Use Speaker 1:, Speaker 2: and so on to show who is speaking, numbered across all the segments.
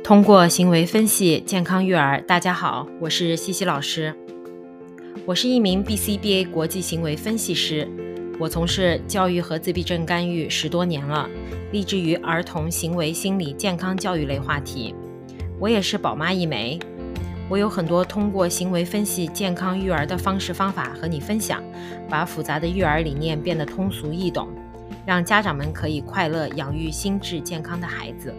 Speaker 1: 通过行为分析健康育儿，大家好，我是西西老师。我是一名 BCBA 国际行为分析师，我从事教育和自闭症干预10多年了，立志于儿童行为心理健康教育类话题。我也是宝妈一枚，我有很多通过行为分析健康育儿的方式方法和你分享，把复杂的育儿理念变得通俗易懂，让家长们可以快乐养育心智健康的孩子。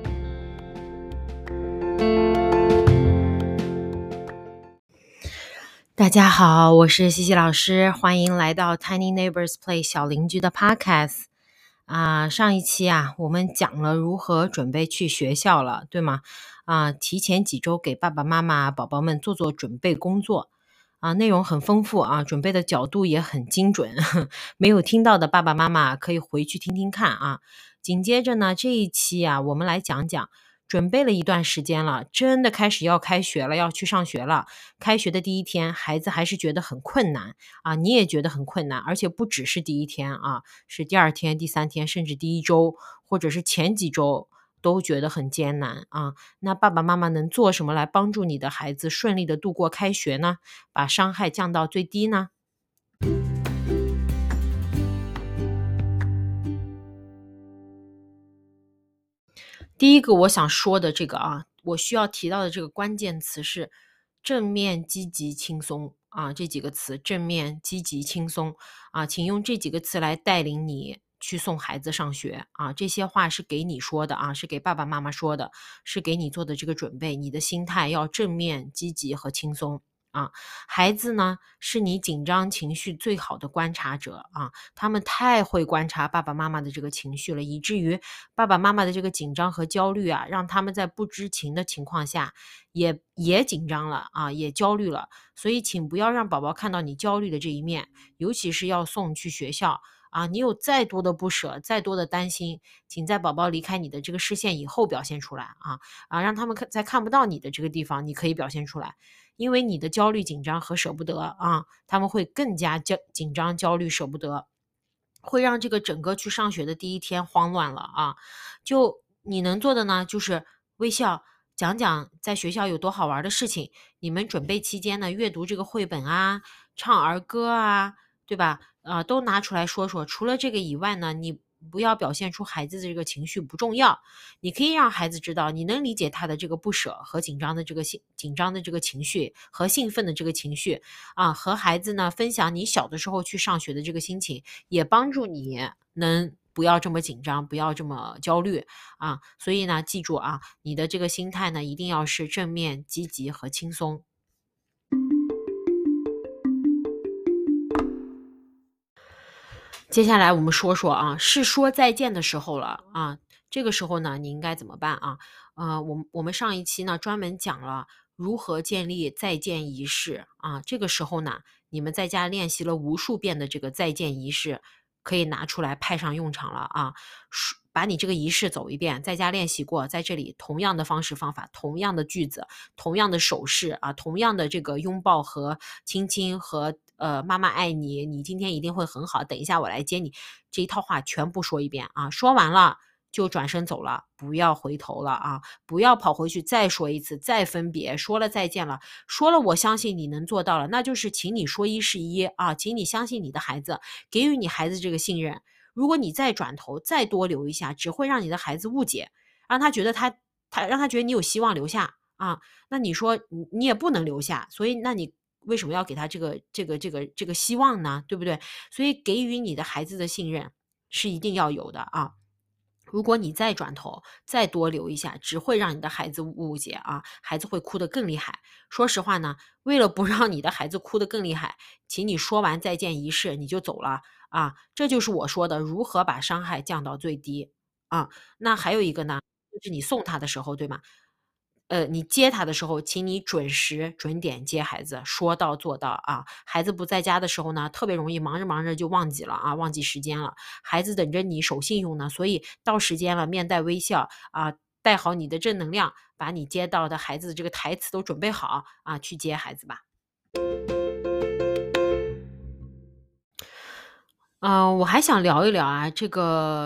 Speaker 1: 大家好，我是西西老师，欢迎来到 Tiny Neighbors Play 小邻居的 Podcast。上一期我们讲了如何准备去学校了，对吗？提前几周给爸爸妈妈、宝宝们做准备工作。内容很丰富准备的角度也很精准，没有听到的爸爸妈妈可以回去听听看。紧接着呢，这一期我们来讲讲准备了一段时间了，真的开始要开学了，要去上学了。开学的第一天，孩子还是觉得很困难你也觉得很困难，而且不只是第一天是第二天、第三天，甚至第一周，或者是前几周都觉得很艰难那爸爸妈妈能做什么来帮助你的孩子顺利的度过开学呢？把伤害降到最低呢？第一个我想说的这个我需要提到的这个关键词是正面、积极、轻松这几个词，正面、积极、轻松请用这几个词来带领你去送孩子上学这些话是给你说的是给爸爸妈妈说的，是给你做的这个准备，你的心态要正面、积极和轻松孩子呢是你紧张情绪最好的观察者他们太会观察爸爸妈妈的这个情绪了，以至于爸爸妈妈的这个紧张和焦虑让他们在不知情的情况下也紧张了也焦虑了。所以请不要让宝宝看到你焦虑的这一面，尤其是要送去学校你有再多的不舍，再多的担心，请在宝宝离开你的这个视线以后表现出来让他们在看不到你的这个地方，你可以表现出来。因为你的焦虑、紧张和舍不得他们会更加紧张、焦虑、舍不得，会让这个整个去上学的第一天慌乱了就你能做的呢，就是微笑，讲讲在学校有多好玩的事情。你们准备期间呢，阅读这个绘本唱儿歌对吧？都拿出来说说。除了这个以外呢，你不要表现出孩子的这个情绪不重要，你可以让孩子知道你能理解他的这个不舍和紧张的这个情绪和兴奋的这个情绪和孩子呢分享你小的时候去上学的这个心情，也帮助你能不要这么紧张，不要这么焦虑所以呢，记住你的这个心态呢一定要是正面、积极和轻松。接下来我们说说是说再见的时候了这个时候呢，你应该怎么办我们上一期呢专门讲了如何建立再见仪式这个时候呢，你们在家练习了无数遍的这个再见仪式，可以拿出来派上用场了把你这个仪式走一遍，在家练习过，在这里同样的方式方法，同样的句子，同样的手势同样的这个拥抱和亲亲和妈妈爱你，你今天一定会很好，等一下我来接你，这一套话全部说一遍说完了就转身走了，不要回头了不要跑回去再说一次，再分别，说了再见了，说了我相信你能做到了，那就是请你说一是一请你相信你的孩子，给予你孩子这个信任。如果你再转头再多留一下，只会让你的孩子误解，让他觉得让他觉得你有希望留下那你说你也不能留下，所以那你为什么要给他这个希望呢？对不对？所以给予你的孩子的信任是一定要有的如果你再转头再多留一下，只会让你的孩子误解孩子会哭得更厉害。说实话呢，为了不让你的孩子哭得更厉害，请你说完再见仪式你就走了这就是我说的如何把伤害降到最低那还有一个呢，就是你送他的时候，对吗？你接他的时候，请你准时准点接孩子，说到做到孩子不在家的时候呢，特别容易忙着忙着就忘记了忘记时间了。孩子等着你守信用呢，所以到时间了，面带微笑带好你的正能量，把你接到的孩子的这个台词都准备好去接孩子吧。我还想聊一聊这个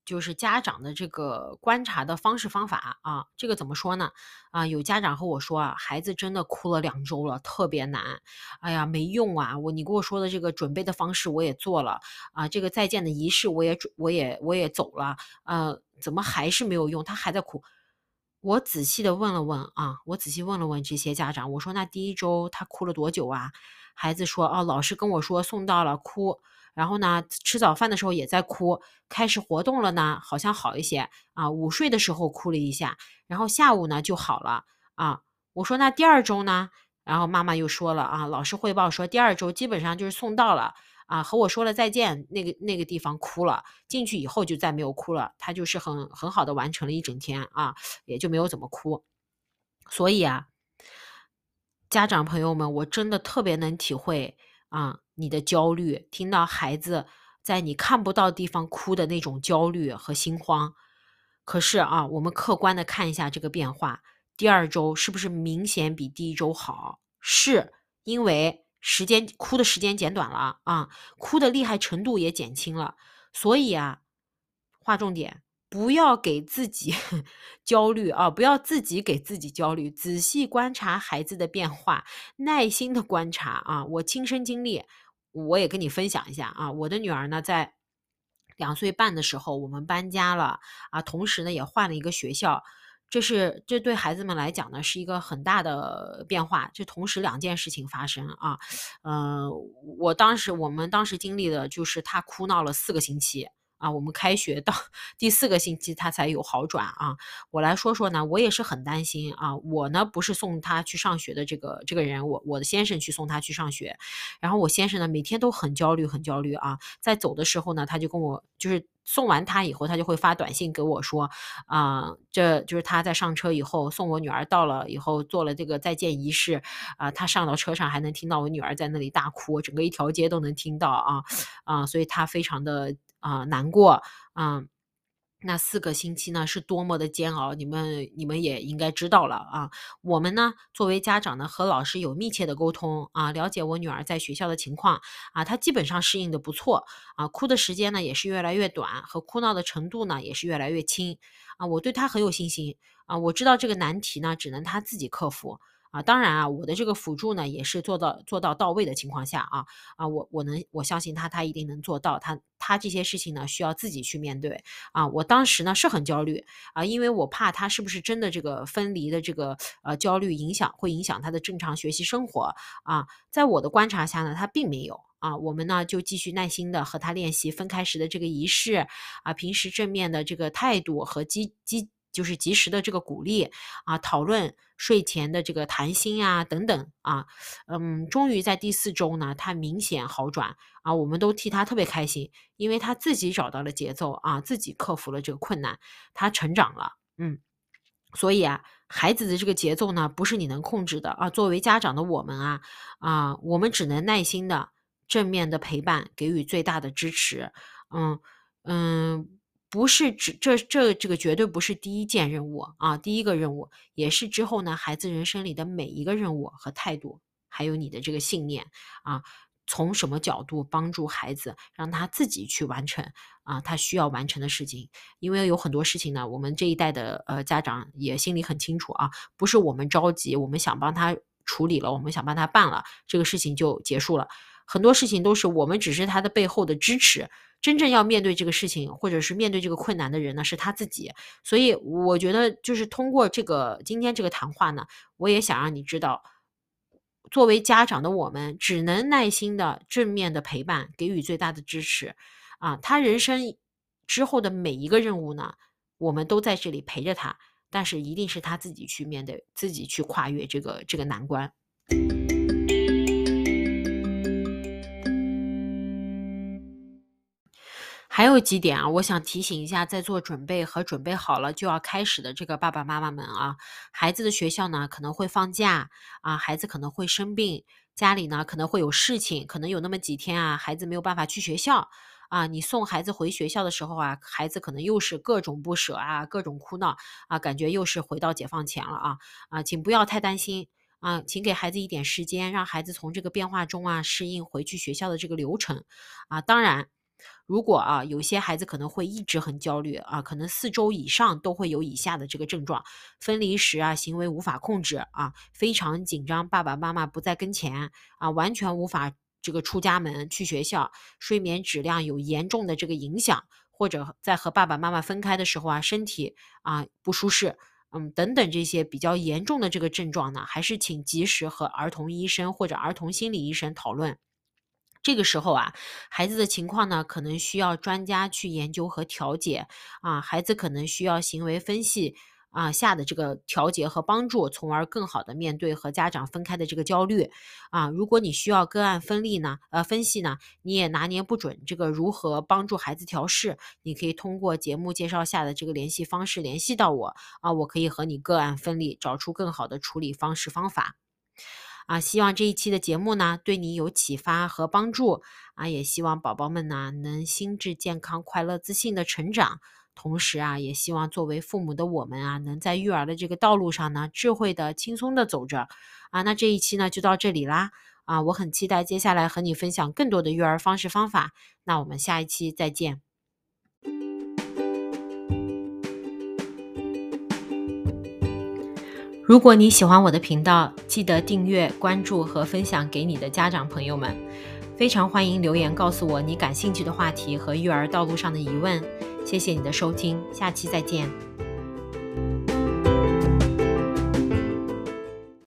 Speaker 1: 就是家长的这个观察的方式方法啊。这个怎么说呢？有家长和我说啊，孩子真的哭了2周了，特别难。哎呀，没用啊，你给我说的这个准备的方式我也做了啊，这个再见的仪式我也走了，怎么还是没有用？他还在哭。我仔细的问了问啊，我仔细问了问这些家长，我说那第一周他哭了多久啊？孩子说哦，老师跟我说送到了哭，然后呢吃早饭的时候也在哭，开始活动了呢好像好一些啊，午睡的时候哭了一下，然后下午呢就好了啊。我说那第二周呢？然后妈妈又说了啊，老师汇报说第二周基本上就是送到了啊，和我说了再见，那个地方哭了，进去以后就再没有哭了，他就是很好的完成了一整天啊，也就没有怎么哭。所以啊，家长朋友们，我真的特别能体会啊你的焦虑，听到孩子在你看不到地方哭的那种焦虑和心慌。可是啊，我们客观的看一下这个变化，第二周是不是明显比第一周好？是，因为哭的时间减短了啊，哭的厉害程度也减轻了。所以啊，划重点，不要给自己焦虑啊，不要自己给自己焦虑，仔细观察孩子的变化，耐心的观察啊。我亲身经历，我也跟你分享一下啊。我的女儿呢，在2岁半的时候，我们搬家了啊，同时呢也换了一个学校。这对孩子们来讲呢，是一个很大的变化，这同时2件事情发生啊。呃，我们当时经历的就是他哭闹了4个星期啊，我们开学到第4个星期他才有好转啊。我来说说呢，我也是很担心啊。我呢不是送他去上学的这个人，我的先生去送他去上学，然后我先生呢每天都很焦虑很焦虑啊。在走的时候呢，他就跟我就是送完他以后，他就会发短信给我说，这就是他在上车以后，送我女儿到了以后做了这个再见仪式啊，他上到车上还能听到我女儿在那里大哭，整个一条街都能听到所以他非常的难过。那4个星期呢，是多么的煎熬，你们也应该知道了啊。我们呢，作为家长呢，和老师有密切的沟通啊，了解我女儿在学校的情况啊，她基本上适应的不错啊，哭的时间呢也是越来越短，和哭闹的程度呢也是越来越轻啊，我对她很有信心啊，我知道这个难题呢，只能她自己克服。当然啊，我的这个辅助呢，也是做到位的情况下我相信他一定能做到，他这些事情呢，需要自己去面对啊。我当时呢是很焦虑啊，因为我怕他是不是真的这个分离的这个焦虑会影响他的正常学习生活啊。在我的观察下呢，他并没有啊。我们呢就继续耐心的和他练习分开时的这个仪式啊，平时正面的这个态度和就是及时的这个鼓励啊，讨论睡前的这个谈心啊等等啊。终于在第4周呢，他明显好转啊，我们都替他特别开心，因为他自己找到了节奏啊，自己克服了这个困难，他成长了。所以啊，孩子的这个节奏呢，不是你能控制的啊。作为家长的我们我们只能耐心的、正面的陪伴，给予最大的支持。嗯嗯，不是指这个绝对不是第一件任务啊，第一个任务，也是之后呢孩子人生里的每一个任务和态度，还有你的这个信念啊。从什么角度帮助孩子，让他自己去完成他需要完成的事情。因为有很多事情呢，我们这一代的家长也心里很清楚啊，不是我们着急，我们想帮他处理了，我们想帮他办了，这个事情就结束了。很多事情都是我们只是他的背后的支持，真正要面对这个事情，或者是面对这个困难的人呢，是他自己。所以我觉得就是通过今天这个谈话呢，我也想让你知道，作为家长的我们只能耐心的正面的陪伴，给予最大的支持他人生之后的每一个任务呢，我们都在这里陪着他，但是一定是他自己去面对，自己去跨越这个难关。还有几点我想提醒一下，在做准备和准备好了就要开始的这个爸爸妈妈们孩子的学校呢可能会放假孩子可能会生病，家里呢可能会有事情，可能有那么几天孩子没有办法去学校你送孩子回学校的时候孩子可能又是各种不舍各种哭闹感觉又是回到解放前了请不要太担心请给孩子一点时间，让孩子从这个变化中适应回去学校的这个流程当然。 如果有些孩子可能会一直很焦虑可能4周以上都会有以下的这个症状：分离时行为无法控制非常紧张，爸爸妈妈不在跟前完全无法这个出家门去学校，睡眠质量有严重的这个影响，或者在和爸爸妈妈分开的时候身体不舒适。等等这些比较严重的这个症状呢，还是请及时和儿童医生或者儿童心理医生讨论。这个时候孩子的情况呢，可能需要专家去研究和调节孩子可能需要行为分析下的这个调节和帮助，从而更好的面对和家长分开的这个焦虑如果你需要个案分析呢，你也拿捏不准这个如何帮助孩子调试，你可以通过节目介绍下的这个联系方式联系到我我可以和你个案分离，找出更好的处理方式方法。希望这一期的节目呢，对你有启发和帮助也希望宝宝们呢能心智健康、快乐、自信的成长。同时也希望作为父母的我们能在育儿的这个道路上呢，智慧的、轻松的走着那这一期呢就到这里啦我很期待接下来和你分享更多的育儿方式方法。那我们下一期再见。如果你喜欢我的频道，记得订阅、关注和分享给你的家长朋友们。非常欢迎留言告诉我你感兴趣的话题和育儿道路上的疑问。谢谢你的收听，下期再见。